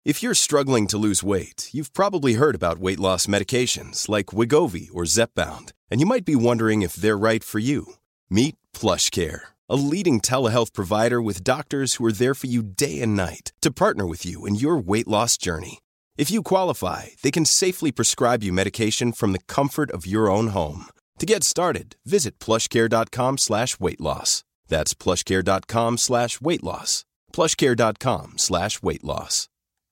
If you're struggling to lose weight, you've probably heard about weight loss medications like Wegovy or Zepbound, and you might be wondering if they're right for you. Meet PlushCare, a leading telehealth provider with doctors who are there for you day and night to partner with you in your weight loss journey. If you qualify, they can safely prescribe you medication from the comfort of your own home. To get started, visit plushcare.com/weightloss. That's plushcare.com/weightloss. plushcare.com/weightloss.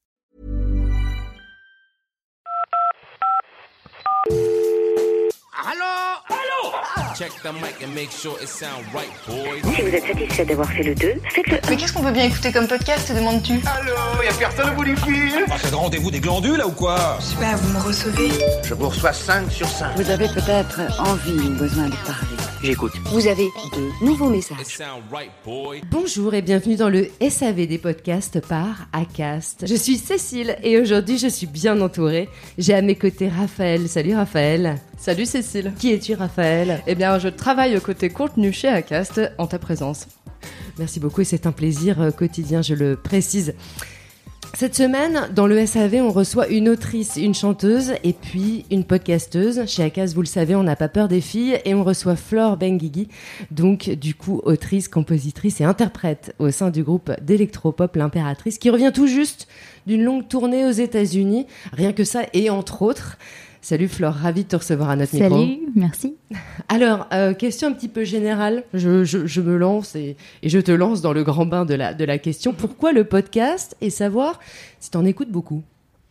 Allô? Check the mic and make sure it sound right, boys. Si vous êtes satisfait d'avoir fait le 2, faites-le 1. Mais qu'est-ce qu'on peut bien écouter comme podcast, te demandes-tu? Allô? Y'a personne au bout du fil? C'est le rendez-vous des glandules, là, ou quoi? Je sais pas, vous me recevez? Je vous reçois 5 sur 5. Vous avez peut-être envie ou besoin de parler. J'écoute. Vous avez de nouveaux It messages. sound right, boy. Bonjour et bienvenue dans le SAV des podcasts par Acast. Je suis Cécile et aujourd'hui je suis bien entourée. J'ai à mes côtés Raphaël. Salut Raphaël. Salut Cécile. Qui es-tu Raphaël? Eh bien, je travaille côté contenu chez Acast en ta présence. Merci beaucoup et c'est un plaisir quotidien, je le précise. Cette semaine, dans le SAV, on reçoit une autrice, une chanteuse et puis une podcasteuse. Chez Acast, vous le savez, on n'a pas peur des filles et on reçoit Flore Benguigui, donc du coup autrice, compositrice et interprète au sein du groupe d'électropop L'Impératrice, qui revient tout juste d'une longue tournée aux États-Unis. Rien que ça et entre autres. Salut Flore, ravie de te recevoir à notre micro. Salut, merci. Alors, question un petit peu générale, je me lance et je te lance dans le grand bain de la question. Pourquoi le podcast et savoir si tu en écoutes beaucoup?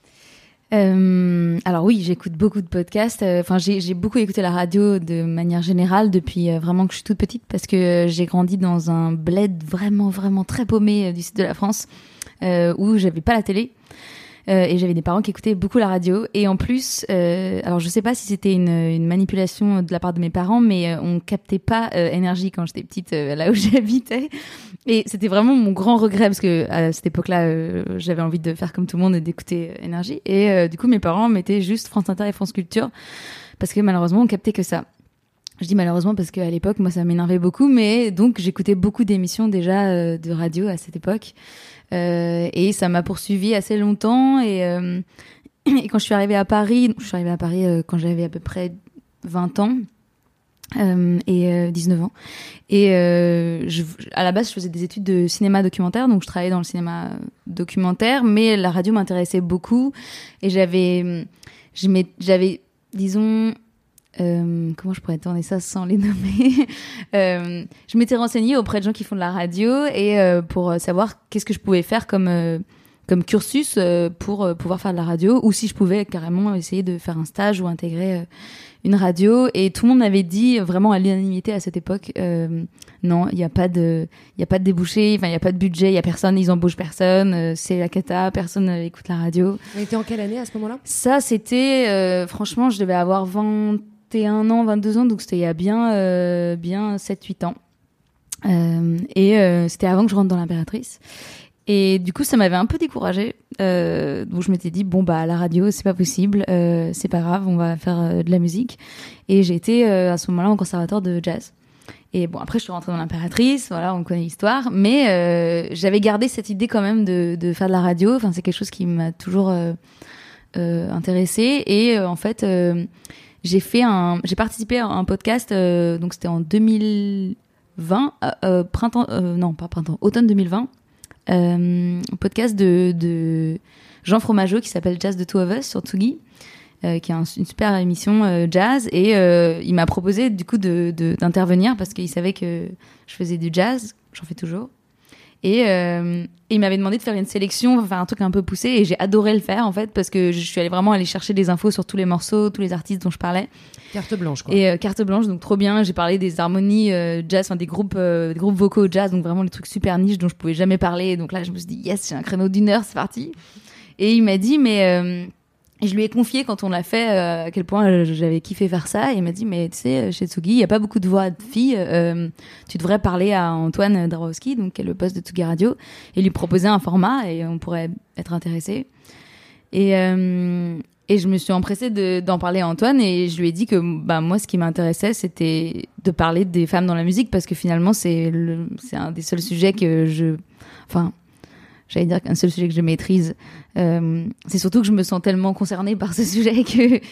Alors oui, j'écoute beaucoup de podcasts. Enfin, j'ai beaucoup écouté la radio de manière générale depuis vraiment que je suis toute petite parce que j'ai grandi dans un bled vraiment, vraiment très paumé du sud de la France où j'avais pas la télé. Et j'avais des parents qui écoutaient beaucoup la radio et en plus alors je sais pas si c'était une manipulation de la part de mes parents mais on captait pas Énergie quand j'étais petite là où j'habitais et c'était vraiment mon grand regret parce que à cette époque-là j'avais envie de faire comme tout le monde et d'écouter Énergie et du coup mes parents mettaient juste France Inter et France Culture parce que malheureusement on captait que ça. Je dis malheureusement parce qu'à l'époque moi ça m'énervait beaucoup mais donc j'écoutais beaucoup d'émissions déjà de radio à cette époque. Et ça m'a poursuivi assez longtemps et quand je suis arrivée à Paris, quand j'avais à peu près 20 ans et 19 ans et à la base je faisais des études de cinéma documentaire donc je travaillais dans le cinéma documentaire mais la radio m'intéressait beaucoup et j'avais disons comment je pourrais tourner ça sans les nommer je m'étais renseignée auprès de gens qui font de la radio et pour savoir qu'est-ce que je pouvais faire comme cursus pour pouvoir faire de la radio ou si je pouvais carrément essayer de faire un stage ou intégrer une radio et tout le monde m'avait dit vraiment à l'unanimité à cette époque non, il y a pas de débouché, enfin il y a pas de budget, il y a personne, ils embauchent personne, c'est la cata, personne écoute la radio. On était en quelle année à ce moment-là? Ça c'était franchement, je devais avoir 21 ans, 22 ans, donc c'était il y a bien 7-8 ans. C'était avant que je rentre dans l'Impératrice. Et du coup, ça m'avait un peu découragée. Donc je m'étais dit, bon, bah, la radio, c'est pas possible, c'est pas grave, on va faire de la musique. Et j'ai été à ce moment-là en conservatoire de jazz. Et bon, après, je suis rentrée dans l'Impératrice, voilà, on connaît l'histoire. Mais j'avais gardé cette idée quand même de faire de la radio. Enfin, c'est quelque chose qui m'a toujours intéressée. Et en fait, j'ai participé à un podcast, donc c'était en 2020, automne 2020. Un podcast de Jean Fromageau qui s'appelle Jazz the Two of Us sur Tsugi, qui est une super émission jazz et il m'a proposé du coup d'intervenir parce qu'il savait que je faisais du jazz, j'en fais toujours et il m'avait demandé de faire une sélection, enfin faire un truc un peu poussé et j'ai adoré le faire en fait parce que je suis allée vraiment aller chercher des infos sur tous les morceaux, tous les artistes dont je parlais. Carte blanche quoi. Et carte blanche, donc trop bien. J'ai parlé des harmonies jazz, enfin des groupes vocaux jazz, donc vraiment les trucs super niches dont je pouvais jamais parler. Donc là je me suis dit yes, j'ai un créneau d'1 heure, c'est parti. Et il m'a dit mais et je lui ai confié quand on l'a fait à quel point j'avais kiffé faire ça et il m'a dit mais tu sais chez Tsugi il y a pas beaucoup de voix de filles, tu devrais parler à Antoine Dabrowski donc qui est le boss de Tsugi Radio et lui proposer un format et on pourrait être intéressé et je me suis empressée d'en parler à Antoine et je lui ai dit que bah moi ce qui m'intéressait c'était de parler des femmes dans la musique parce que finalement c'est un des seuls sujets que je j'allais dire qu'un seul sujet que je maîtrise. C'est surtout que je me sens tellement concernée par ce sujet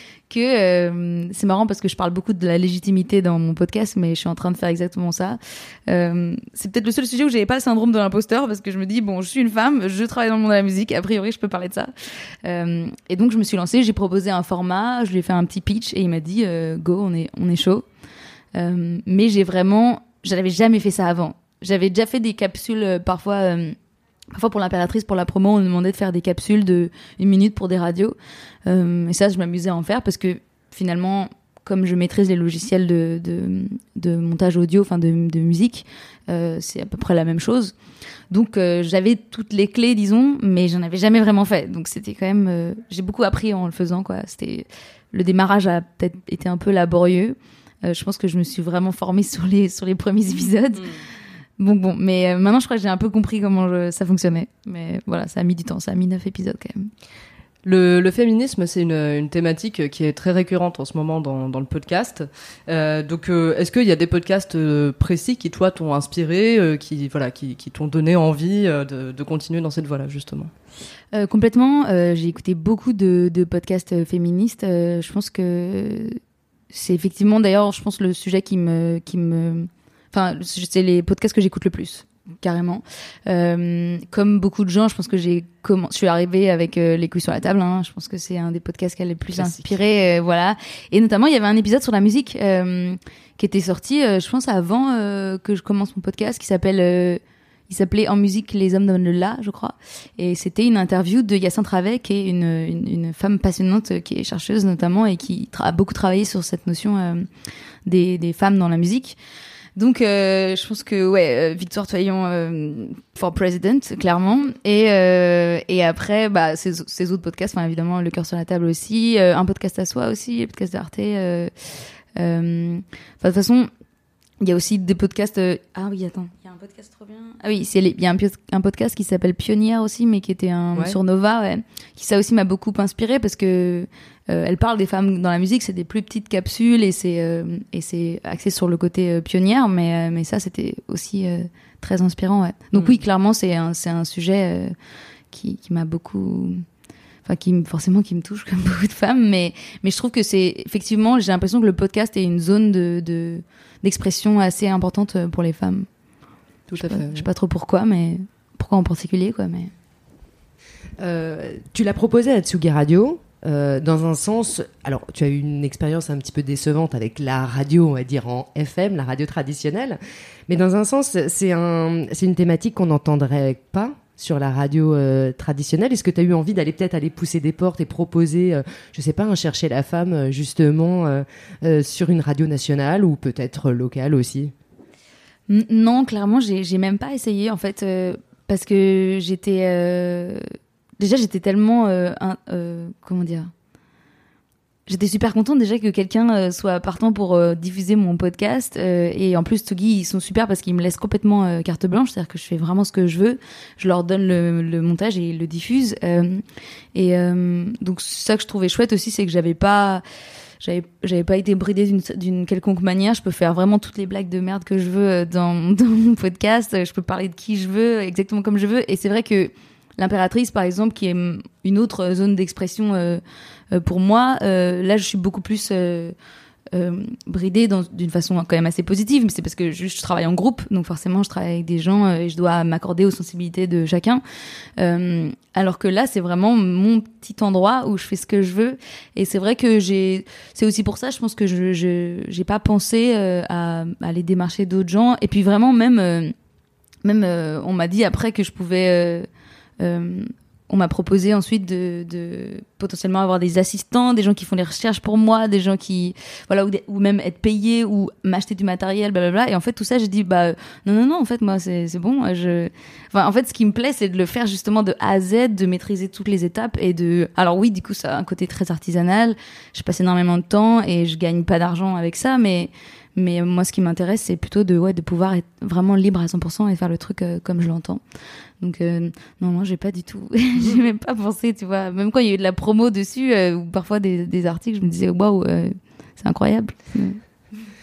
que c'est marrant parce que je parle beaucoup de la légitimité dans mon podcast, mais je suis en train de faire exactement ça. C'est peut-être le seul sujet où j'avais pas le syndrome de l'imposteur parce que je me dis bon, je suis une femme, je travaille dans le monde de la musique, a priori je peux parler de ça. Et donc je me suis lancée, j'ai proposé un format, je lui ai fait un petit pitch et il m'a dit go, on est chaud. Mais j'avais jamais fait ça avant. J'avais déjà fait des capsules parfois pour l'impératrice, pour la promo, on me demandait de faire des capsules de 1 minute pour des radios. Et ça, je m'amusais à en faire parce que finalement, comme je maîtrise les logiciels de montage audio, enfin de musique, c'est à peu près la même chose. Donc j'avais toutes les clés, disons, mais j'en avais jamais vraiment fait. Donc c'était quand même, j'ai beaucoup appris en le faisant, quoi. Le démarrage a peut-être été un peu laborieux. Je pense que je me suis vraiment formée sur les premiers épisodes. Bon, mais maintenant je crois que j'ai un peu compris comment ça fonctionnait. Mais voilà, ça a mis du temps, ça a mis 9 épisodes quand même. Le féminisme, c'est une thématique qui est très récurrente en ce moment dans le podcast. Donc, est-ce qu'il y a des podcasts précis qui, toi, t'ont inspiré, qui t'ont donné envie de continuer dans cette voie-là, justement? Complètement. J'ai écouté beaucoup de podcasts féministes. Je pense que c'est effectivement, d'ailleurs, je pense le sujet enfin, c'est les podcasts que j'écoute le plus. Carrément. Comme beaucoup de gens, je pense que je suis arrivée avec les couilles sur la table. Hein. Je pense que c'est un des podcasts qui a le plus inspiré, voilà. Et notamment, il y avait un épisode sur la musique qui était sorti, je pense, avant que je commence mon podcast, il s'appelait En musique, les hommes donnent le la, je crois. Et c'était une interview de Hyacinthe Ravet, qui est une femme passionnante, qui est chercheuse notamment, et qui a beaucoup travaillé sur cette notion des femmes dans la musique. Donc, je pense que Victoire Toyon for President, clairement. Et après, ces autres podcasts, enfin évidemment, Le cœur sur la table aussi, un podcast à soi aussi, le podcast d'Arte. De toute façon, il y a aussi des podcasts. Ah oui, attends, il y a un podcast trop bien. Ah oui, il y a un podcast qui s'appelle Pionnière aussi, mais qui était sur Nova, qui ça aussi m'a beaucoup inspiré parce que elle parle des femmes dans la musique, c'est des plus petites capsules et c'est axé sur le côté pionnière, mais ça c'était aussi très inspirant, ouais. Donc oui, clairement c'est un sujet qui m'a beaucoup, enfin qui me touche comme beaucoup de femmes, mais je trouve que c'est effectivement, j'ai l'impression que le podcast est une zone d'expression assez importante pour les femmes. Tout à fait. Je sais pas trop pourquoi en particulier, quoi, mais tu l'as proposé à Tsugi Radio. Dans un sens, alors tu as eu une expérience un petit peu décevante avec la radio, on va dire en FM, la radio traditionnelle, mais dans un sens, c'est une thématique qu'on n'entendrait pas sur la radio traditionnelle. Est-ce que tu as eu envie d'aller pousser des portes et proposer, je sais pas, chercher la femme justement sur une radio nationale ou peut-être locale aussi? Non, clairement, j'ai même pas essayé en fait, parce que j'étais tellement comment dire, j'étais super contente déjà que quelqu'un soit partant pour diffuser mon podcast, et en plus Tsugi ils sont super parce qu'ils me laissent complètement carte blanche, c'est-à-dire que je fais vraiment ce que je veux, je leur donne le montage et ils le diffusent, donc ça que je trouvais chouette aussi, c'est que j'avais pas été bridée d'une quelconque manière. Je peux faire vraiment toutes les blagues de merde que je veux dans mon podcast, je peux parler de qui je veux exactement comme je veux, et c'est vrai que l'impératrice, par exemple, qui est une autre zone d'expression pour moi, là, je suis beaucoup plus bridée d'une façon quand même assez positive, mais c'est parce que je travaille en groupe, donc forcément, je travaille avec des gens et je dois m'accorder aux sensibilités de chacun. Alors que là, c'est vraiment mon petit endroit où je fais ce que je veux. Et c'est vrai que c'est aussi pour ça, je pense que j'ai pas pensé à aller démarcher d'autres gens. Et puis vraiment, même on m'a dit après que je pouvais... on m'a proposé ensuite de potentiellement avoir des assistants, des gens qui font les recherches pour moi, des gens qui ou même être payés ou m'acheter du matériel, blablabla. Et en fait tout ça, j'ai dit non, en fait moi c'est bon. En fait ce qui me plaît, c'est de le faire justement de A à Z, de maîtriser toutes les étapes alors oui, du coup ça a un côté très artisanal. Je passe énormément de temps et je gagne pas d'argent avec ça, mais moi ce qui m'intéresse, c'est plutôt de pouvoir être vraiment libre à 100% et faire le truc comme je l'entends. Donc non, j'ai pas du tout, j'ai même pas pensé, tu vois. Même quand il y a eu de la promo dessus, ou parfois des articles, je me disais waouh, c'est incroyable.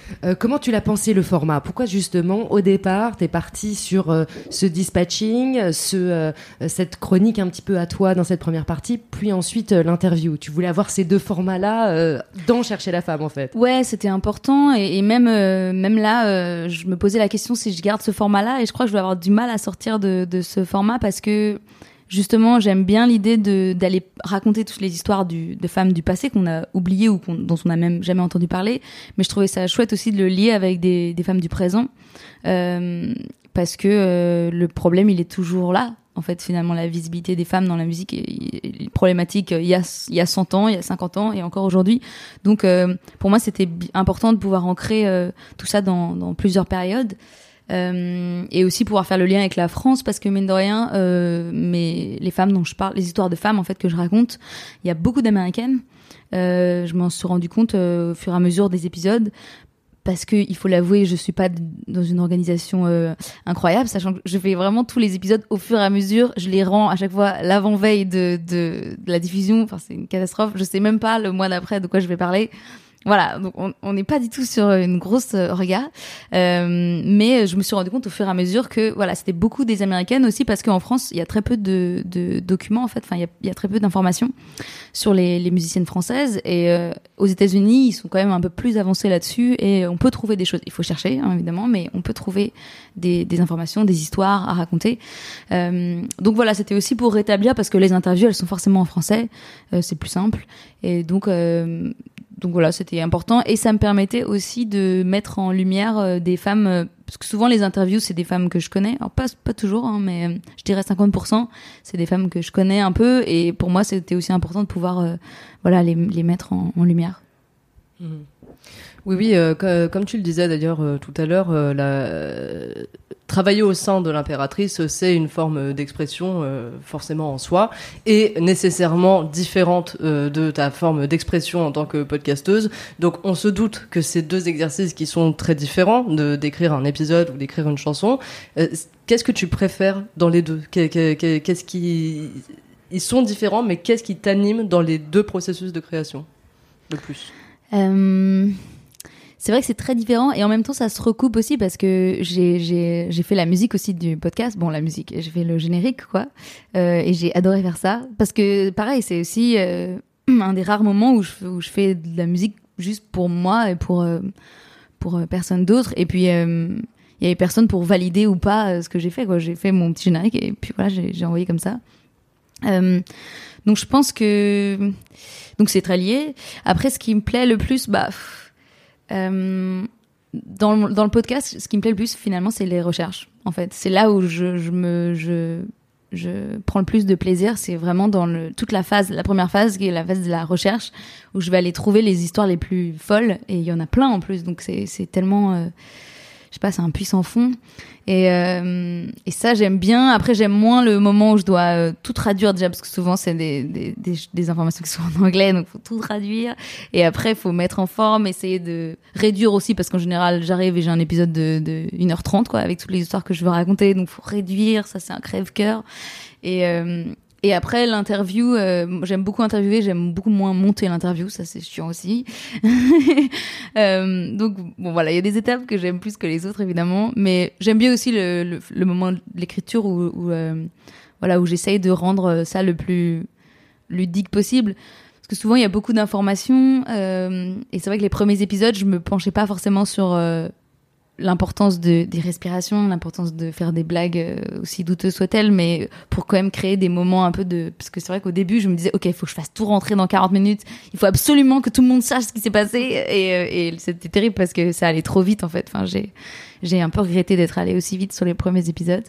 Comment tu l'as pensé le format ? Pourquoi justement au départ t'es parti sur ce dispatching, cette chronique un petit peu à toi dans cette première partie, puis ensuite l'interview ? Tu voulais avoir ces deux formats-là dans Chercher la femme en fait. Ouais, c'était important et même là, je me posais la question si je garde ce format-là et je crois que je vais avoir du mal à sortir de ce format parce que justement, j'aime bien l'idée d'aller raconter toutes les histoires de femmes du passé qu'on a oubliées ou dont on n'a même jamais entendu parler. Mais je trouvais ça chouette aussi de le lier avec des femmes du présent. Parce que le problème, il est toujours là. En fait, finalement, la visibilité des femmes dans la musique est problématique il y a 100 ans, il y a 50 ans et encore aujourd'hui. Donc, pour moi, c'était important de pouvoir ancrer tout ça dans plusieurs périodes. Et aussi pouvoir faire le lien avec la France parce que mine de rien mais les femmes dont je parle, les histoires de femmes en fait que je raconte, il y a beaucoup d'américaines. Je m'en suis rendu compte au fur et à mesure des épisodes parce que il faut l'avouer, je suis pas dans une organisation incroyable, sachant que je fais vraiment tous les épisodes au fur et à mesure, je les rends à chaque fois l'avant-veille de la diffusion. Enfin, c'est une catastrophe, je sais même pas le mois d'après de quoi je vais parler. Voilà, donc on n'est pas du tout sur une grosse orga, mais je me suis rendu compte au fur et à mesure que voilà, c'était beaucoup des Américaines aussi parce qu'en France il y a très peu de documents en fait, enfin il y a très peu d'informations sur les musiciennes françaises et aux États-Unis ils sont quand même un peu plus avancés là-dessus et on peut trouver des choses, il faut chercher hein, évidemment, mais on peut trouver des informations, des histoires à raconter. Donc voilà, c'était aussi pour rétablir parce que les interviews elles sont forcément en français, c'est plus simple et donc voilà, c'était important et ça me permettait aussi de mettre en lumière des femmes parce que souvent les interviews c'est des femmes que je connais, alors pas toujours hein, mais je dirais 50% c'est des femmes que je connais un peu et pour moi c'était aussi important de pouvoir voilà les mettre en lumière. Oui, comme tu le disais d'ailleurs tout à l'heure, travailler au sein de l'impératrice, c'est une forme d'expression forcément en soi et nécessairement différente de ta forme d'expression en tant que podcasteuse. Donc on se doute que ces deux exercices qui sont très différents, d'écrire un épisode ou d'écrire une chanson, qu'est-ce que tu préfères dans les deux ? Qu'est-ce qui... Ils sont différents, mais qu'est-ce qui t'anime dans les deux processus de création le plus ? C'est vrai que c'est très différent et en même temps ça se recoupe aussi parce que j'ai fait la musique aussi du podcast. Bon, la musique, j'ai fait le générique quoi, et j'ai adoré faire ça parce que pareil c'est aussi un des rares moments où je fais de la musique juste pour moi et pour personne d'autre et puis il y avait personne pour valider ou pas ce que j'ai fait quoi. J'ai fait mon petit générique et puis voilà j'ai envoyé comme ça. Donc je pense que donc c'est très lié. Après ce qui me plaît le plus dans le podcast, ce qui me plaît le plus finalement c'est les recherches. En fait, c'est là où je prends le plus de plaisir, c'est vraiment dans toute la première phase qui est la phase de la recherche où je vais aller trouver les histoires les plus folles et il y en a plein en plus. Donc c'est tellement je sais pas, c'est un puissant fond et ça j'aime bien. Après j'aime moins le moment où je dois tout traduire déjà parce que souvent c'est des informations qui sont en anglais donc faut tout traduire et après faut mettre en forme, essayer de réduire aussi parce qu'en général j'arrive et j'ai un épisode de 1h30 quoi avec toutes les histoires que je veux raconter donc faut réduire, ça c'est un crève-cœur et après l'interview, j'aime beaucoup interviewer, j'aime beaucoup moins monter l'interview, ça c'est chiant aussi. Donc bon voilà, il y a des étapes que j'aime plus que les autres évidemment, mais j'aime bien aussi le moment de l'écriture où j'essaye de rendre ça le plus ludique possible. Parce que souvent il y a beaucoup d'informations et c'est vrai que les premiers épisodes, je me penchais pas forcément sur l'importance des respirations, l'importance de faire des blagues aussi douteuses soient-elles, mais pour quand même créer des moments un peu parce que c'est vrai qu'au début je me disais ok, il faut que je fasse tout rentrer dans 40 minutes, il faut absolument que tout le monde sache ce qui s'est passé et c'était terrible parce que ça allait trop vite en fait. Enfin j'ai un peu regretté d'être allée aussi vite sur les premiers épisodes.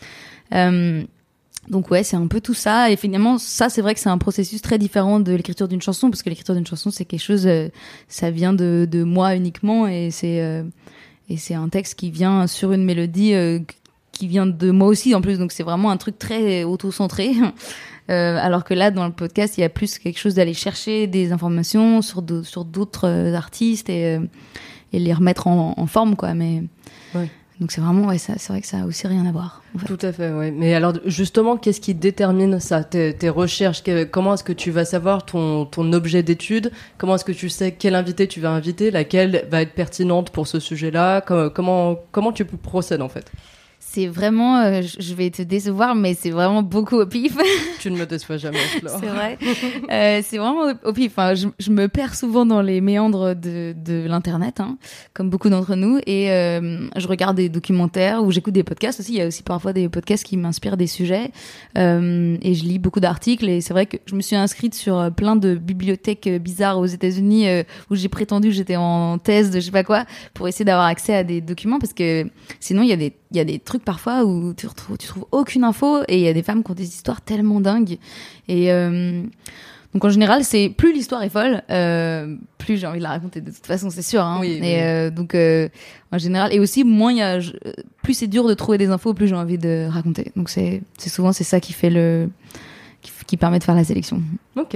Donc ouais, c'est un peu tout ça et finalement ça c'est vrai que c'est un processus très différent de l'écriture d'une chanson parce que l'écriture d'une chanson c'est quelque chose ça vient de moi uniquement et c'est un texte qui vient sur une mélodie qui vient de moi aussi en plus, donc c'est vraiment un truc très auto-centré. Alors que là, dans le podcast, il y a plus quelque chose d'aller chercher des informations sur d'autres artistes et les remettre en forme, quoi. Mais ouais. Donc c'est vraiment, c'est vrai que ça a aussi rien à voir. En fait. Tout à fait, oui. Mais alors, justement, qu'est-ce qui détermine ça, tes recherches? Comment est-ce que tu vas savoir ton objet d'étude? Comment est-ce que tu sais quel invité tu vas inviter, laquelle va être pertinente pour ce sujet-là? Comment tu procèdes, en fait? C'est vraiment, je vais te décevoir, mais c'est vraiment beaucoup au pif. Tu ne me déçois jamais, Flore. C'est vrai. C'est vraiment au pif. Enfin, je me perds souvent dans les méandres de l'internet, hein, comme beaucoup d'entre nous, et je regarde des documentaires ou j'écoute des podcasts aussi. Il y a aussi parfois des podcasts qui m'inspirent des sujets, et je lis beaucoup d'articles. Et c'est vrai que je me suis inscrite sur plein de bibliothèques bizarres aux États-Unis où j'ai prétendu que j'étais en thèse de je sais pas quoi pour essayer d'avoir accès à des documents, parce que sinon il y a des trucs parfois où tu trouves aucune info, et il y a des femmes qui ont des histoires tellement dingues. Et donc en général, c'est plus l'histoire est folle, plus j'ai envie de la raconter de toute façon, c'est sûr. Hein. Oui, et donc en général, et aussi plus c'est dur de trouver des infos, plus j'ai envie de raconter. Donc c'est souvent ça qui fait qui permet de faire la sélection. Ok.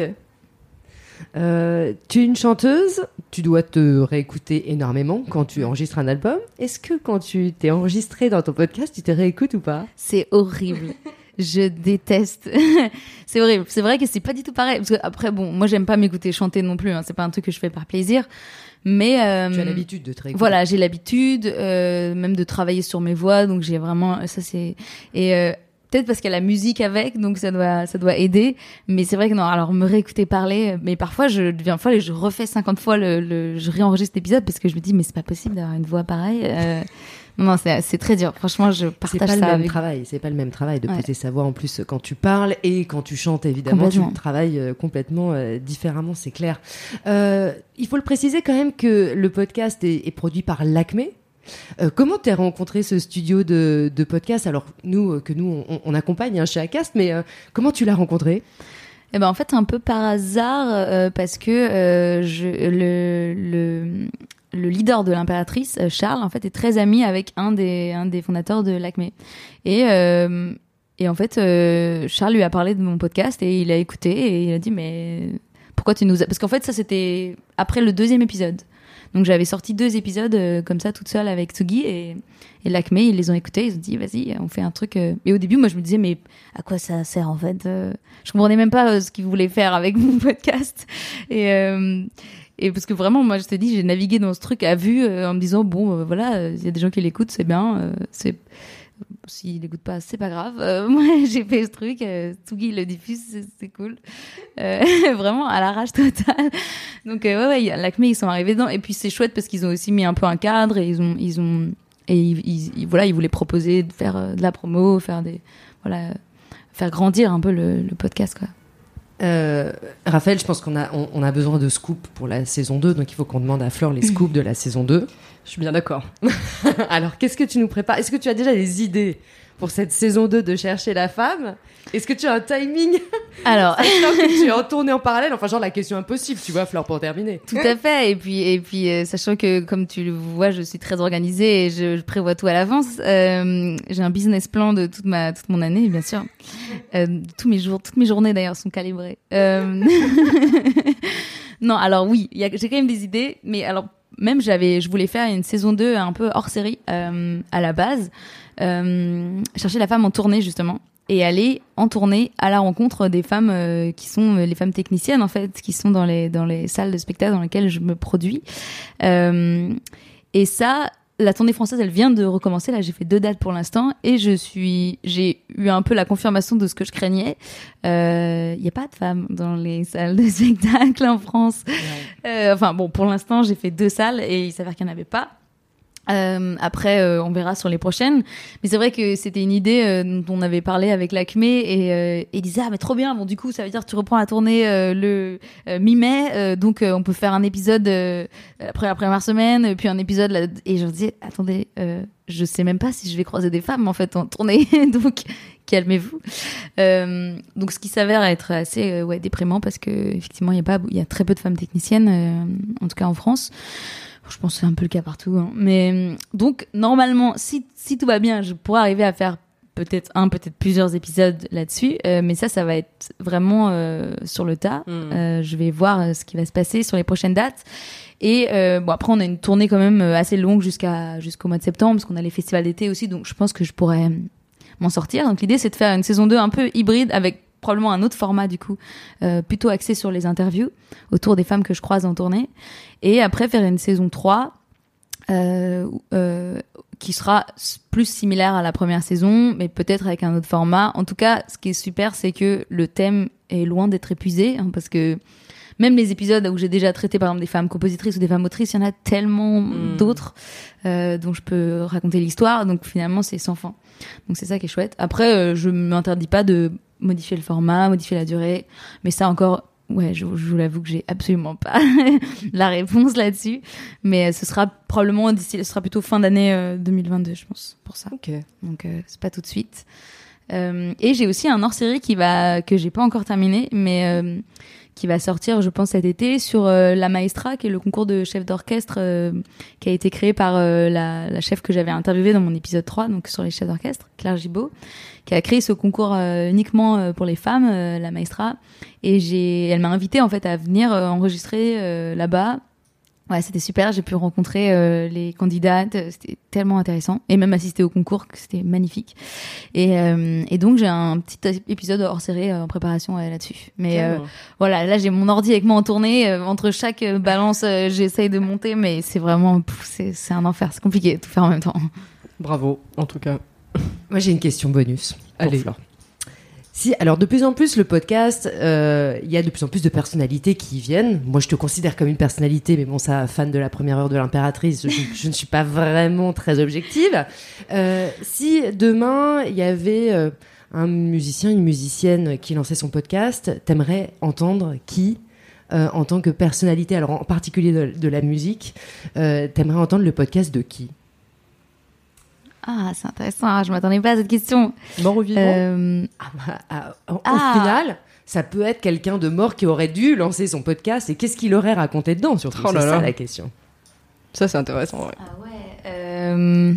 Tu es une chanteuse, tu dois te réécouter énormément quand tu enregistres un album. Est-ce que quand tu t'es enregistré dans ton podcast, tu te réécoutes ou pas? C'est horrible. Je déteste. C'est horrible. C'est vrai que c'est pas du tout pareil. Parce que après, bon, moi j'aime pas m'écouter chanter non plus. Hein. C'est pas un truc que je fais par plaisir. Mais tu as l'habitude de te réécouter. Voilà, j'ai l'habitude, même de travailler sur mes voix. Donc j'ai vraiment ça c'est peut-être parce qu'il y a la musique avec, donc ça doit aider. Mais c'est vrai que non, alors me réécouter parler, mais parfois je deviens folle et je refais 50 fois je réenregistre l'épisode parce que je me dis, mais c'est pas possible d'avoir une voix pareille. Non, c'est très dur. Franchement, je partage ça avec... C'est pas le même travail de poser sa voix en plus quand tu parles et quand tu chantes, évidemment. Tu travailles complètement différemment, c'est clair. Il faut le préciser quand même que le podcast est produit par l'Acmé. Comment t'as rencontré ce studio de podcast? Alors nous on accompagne chez Acast, mais comment tu l'as rencontré? Eh ben en fait un peu par hasard parce que le leader de l'Impératrice, Charles, en fait est très ami avec un des fondateurs de l'Acmé, et en fait Charles lui a parlé de mon podcast et il a écouté et il a dit, mais pourquoi tu nous as... Parce qu'en fait ça c'était après le 2e épisode. Donc j'avais sorti 2 épisodes comme ça toute seule avec Tsugi, et l'Acmé ils les ont écoutés, ils ont dit vas-y on fait un truc. Et au début moi je me disais, mais à quoi ça sert en fait? Je comprenais même pas ce qu'ils voulaient faire avec mon podcast, et parce que vraiment moi je te dis, j'ai navigué dans ce truc à vue en me disant bon voilà, il y a des gens qui l'écoutent, c'est bien, s'ils l'écoutent pas, c'est pas grave. Moi, j'ai fait ce truc. Tsugi le diffuse, c'est cool. Vraiment à l'arrache totale. Donc l'Acmé ils sont arrivés dedans, et puis c'est chouette parce qu'ils ont aussi mis un peu un cadre, et ils voulaient proposer de faire de la promo, faire grandir un peu le podcast, quoi. Raphaël, je pense qu'on a besoin de scoops pour la saison 2, donc il faut qu'on demande à Flore les scoops de la saison 2. Je suis bien d'accord. Alors, qu'est-ce que tu nous prépares? Est-ce que tu as déjà des idées pour cette saison 2 de Chercher la femme? Est-ce que tu as un timing? Alors, que tu es en tournée en parallèle, enfin genre la question impossible, tu vois, Flore, pour terminer. Tout à fait. Et puis sachant que comme tu le vois, je suis très organisée et je prévois tout à l'avance. J'ai un business plan de toute mon année, bien sûr. Tous mes jours, toutes mes journées d'ailleurs sont calibrées. Non, alors oui, j'ai quand même des idées, mais alors même je voulais faire une saison 2 un peu hors série à la base, Chercher la femme en tournée justement, et aller en tournée à la rencontre des femmes qui sont les femmes techniciennes en fait, qui sont dans les salles de spectacle dans lesquelles je me produis. Et ça, la tournée française, elle vient de recommencer. Là, j'ai fait 2 dates pour l'instant, et j'ai eu un peu la confirmation de ce que je craignais. Il y a pas de femmes dans les salles de spectacle en France. Ouais. Enfin bon, pour l'instant, j'ai fait 2 salles et il s'avère qu'il n'y en avait pas. Après, on verra sur les prochaines. Mais c'est vrai que c'était une idée dont on avait parlé avec l'Acmé, et ils disaient, ah, mais trop bien. Bon, du coup, ça veut dire que tu reprends la tournée le mi-mai. Donc, on peut faire un épisode après la première semaine, puis un épisode là. Et je me disais, attendez, je sais même pas si je vais croiser des femmes, en fait, en tournée. Donc, calmez-vous. Donc, ce qui s'avère être assez déprimant, parce que effectivement, il y a très peu de femmes techniciennes, en tout cas en France. Je pense que c'est un peu le cas partout, hein. Mais donc normalement, si tout va bien, je pourrais arriver à faire peut-être plusieurs épisodes là-dessus, mais ça va être vraiment sur le tas. Je vais voir ce qui va se passer sur les prochaines dates. Et bon, après on a une tournée quand même assez longue jusqu'au mois de septembre, parce qu'on a les festivals d'été aussi, donc je pense que je pourrais m'en sortir. Donc l'idée c'est de faire une saison 2 un peu hybride, avec probablement un autre format du coup, plutôt axé sur les interviews autour des femmes que je croise en tournée, et après faire une saison 3 qui sera plus similaire à la première saison, mais peut-être avec un autre format. En tout cas, ce qui est super, c'est que le thème est loin d'être épuisé, hein, parce que même les épisodes où j'ai déjà traité par exemple des femmes compositrices ou des femmes autrices, il y en a tellement d'autres dont je peux raconter l'histoire, donc finalement c'est sans fin. Donc c'est ça qui est chouette. Après, je m'interdis pas de modifier le format, modifier la durée, mais ça encore, ouais, je vous l'avoue que j'ai absolument pas la réponse là-dessus, mais ce sera probablement ce sera plutôt fin d'année 2022, je pense, pour ça. Ok. Donc c'est pas tout de suite. Et j'ai aussi un hors-série que j'ai pas encore terminé, mais qui va sortir, je pense, cet été, sur La Maestra, qui est le concours de chef d'orchestre qui a été créé par la chef que j'avais interviewée dans mon épisode 3, donc sur les chefs d'orchestre, Claire Gibault, qui a créé ce concours uniquement pour les femmes, La Maestra. Et elle m'a invitée, en fait, à venir enregistrer là-bas. Ouais, c'était super, j'ai pu rencontrer les candidates, c'était tellement intéressant, et même assister au concours, c'était magnifique. Et donc j'ai un petit épisode hors série en préparation là-dessus. Mais voilà, là j'ai mon ordi avec moi en tournée, entre chaque balance j'essaye de monter, mais c'est vraiment c'est un enfer, c'est compliqué de tout faire en même temps. Bravo, en tout cas. Moi j'ai une question bonus pour Allez. Flore. Si, alors de plus en plus le podcast, il y a de plus en plus de personnalités qui y viennent. Moi, je te considère comme une personnalité, mais bon, ça, fan de la première heure de l'Impératrice, je ne suis pas vraiment très objective. Si demain il y avait un musicien, une musicienne qui lançait son podcast, t'aimerais entendre qui en tant que personnalité, alors en particulier de la musique, t'aimerais entendre le podcast de qui ? Ah, c'est intéressant, je m'attendais pas à cette question. Mort ou vivant ? Au final, ça peut être quelqu'un de mort qui aurait dû lancer son podcast, et qu'est-ce qu'il aurait raconté dedans, surtout. Oh là c'est là. ça la question. Ça, c'est intéressant, ouais. Ah ouais.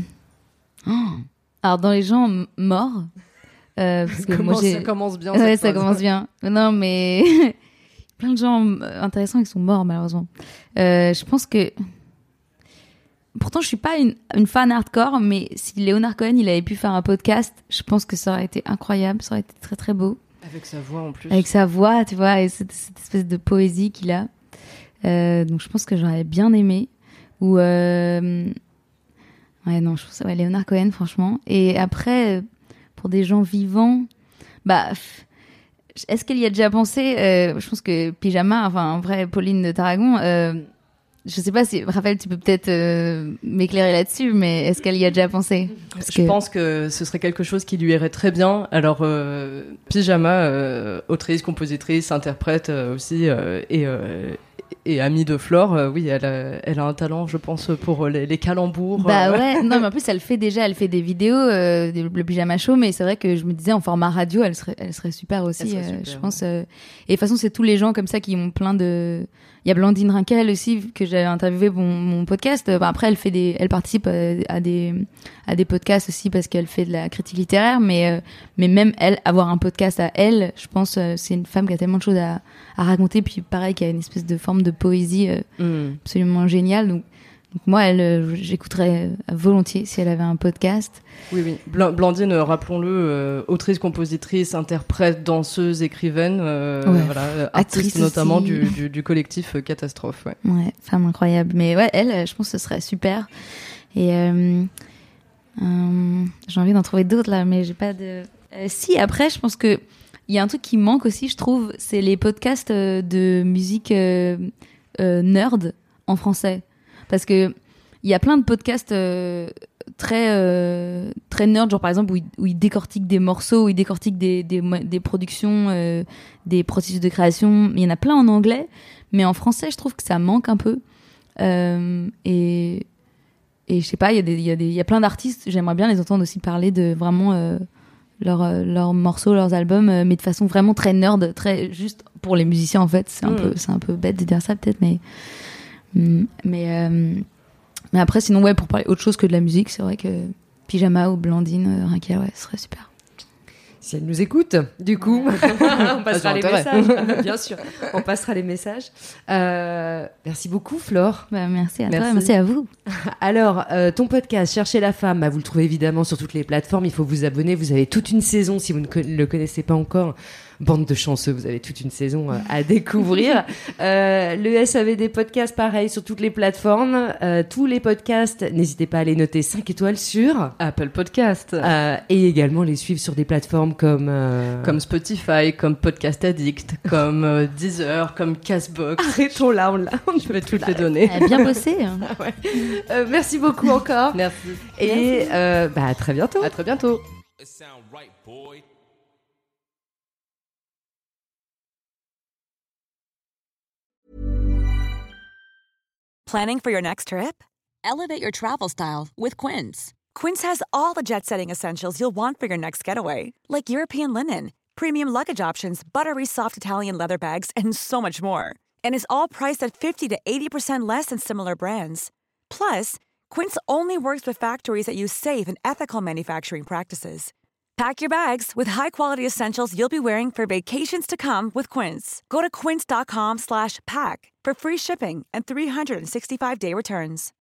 Alors, dans les gens morts, parce que moi Ça commence bien. Ouais, cette ça phrase. commence bien. Non, mais plein de gens intéressants qui sont morts, malheureusement. Je pense que... Pourtant, je suis pas une fan hardcore, mais si Leonard Cohen, il avait pu faire un podcast, je pense que ça aurait été incroyable, ça aurait été très très beau. Avec sa voix en plus. Avec sa voix, tu vois, et cette espèce de poésie qu'il a. Donc je pense que j'aurais bien aimé. Ou ouais, non, je pense Leonard Cohen, franchement. Et après, pour des gens vivants, est-ce qu'elle y a déjà pensé je pense que Pyjama, enfin, en vrai, Pauline de Tarragon, je sais pas si, Raphaël, tu peux peut-être m'éclairer là-dessus, mais est-ce qu'elle y a déjà pensé ? Je pense que ce serait quelque chose qui lui irait très bien. Alors, Pyjama, autrice, compositrice, interprète aussi, et amie de Flore, oui, elle a un talent, je pense, pour les calembours. Ouais, non, mais en plus, elle fait des vidéos, le Pyjama Show, mais c'est vrai que je me disais, en format radio, elle serait super aussi, Elle serait super, je pense. Et de toute façon, c'est tous les gens comme ça qui ont plein de... Il y a Blandine Rinkel aussi, que j'avais interviewé pour mon podcast. Elle participe à des podcasts aussi parce qu'elle fait de la critique littéraire, mais même elle, avoir un podcast à elle, je pense, c'est une femme qui a tellement de choses à raconter, puis pareil, qui a une espèce de forme de poésie absolument géniale. Donc moi, j'écouterais volontiers si elle avait un podcast. Oui. Blandine, rappelons-le, autrice, compositrice, interprète, danseuse, écrivaine, voilà, artiste notamment du collectif Catastrophe. Ouais, femme incroyable. Mais ouais, elle, je pense que ce serait super. Et j'ai envie d'en trouver d'autres là, mais j'ai pas de... Si, après, je pense que il y a un truc qui manque aussi, je trouve, c'est les podcasts de musique nerd en français. Parce que il y a plein de podcasts très nerd, genre par exemple où ils décortiquent des morceaux, où ils décortiquent des productions, des processus de création. Il y en a plein en anglais, mais en français, je trouve que ça manque un peu. Et je sais pas, il y a plein d'artistes, j'aimerais bien les entendre aussi parler de vraiment leurs morceaux, leurs albums, mais de façon vraiment très nerd, très juste pour les musiciens en fait. C'est un peu bête de dire ça peut-être, mais après sinon ouais, pour parler autre chose que de la musique, c'est vrai que Pyjama ou Blandine Rinkel, ouais, ce serait super. Si elle nous écoute, du coup, on passera les messages. Bien sûr, on passera les messages. Merci beaucoup, Flore. Merci à toi, merci à vous. Alors, ton podcast, Cherchez la femme, vous le trouvez évidemment sur toutes les plateformes. Il faut vous abonner. Vous avez toute une saison, si vous ne le connaissez pas encore. Bande de chanceux, vous avez toute une saison à découvrir. Le SAV des podcasts, pareil, sur toutes les plateformes. Tous les podcasts, n'hésitez pas à les noter 5 étoiles sur Apple Podcast. Et également les suivre sur des plateformes comme Spotify, comme Podcast Addict, comme Deezer, comme Castbox. Arrêtons là, je vais toutes les donner. Bien bossé. Ouais. Merci beaucoup encore. Merci. Et à très bientôt. À très bientôt. It sound right, boy. Planning for your next trip? Elevate your travel style with Quince. Quince has all the jet-setting essentials you'll want for your next getaway, like European linen, premium luggage options, buttery soft Italian leather bags, and so much more. And is all priced at 50 to 80% less than similar brands. Plus, Quince only works with factories that use safe and ethical manufacturing practices. Pack your bags with high-quality essentials you'll be wearing for vacations to come with Quince. Go to quince.com/pack for free shipping and 365-day returns.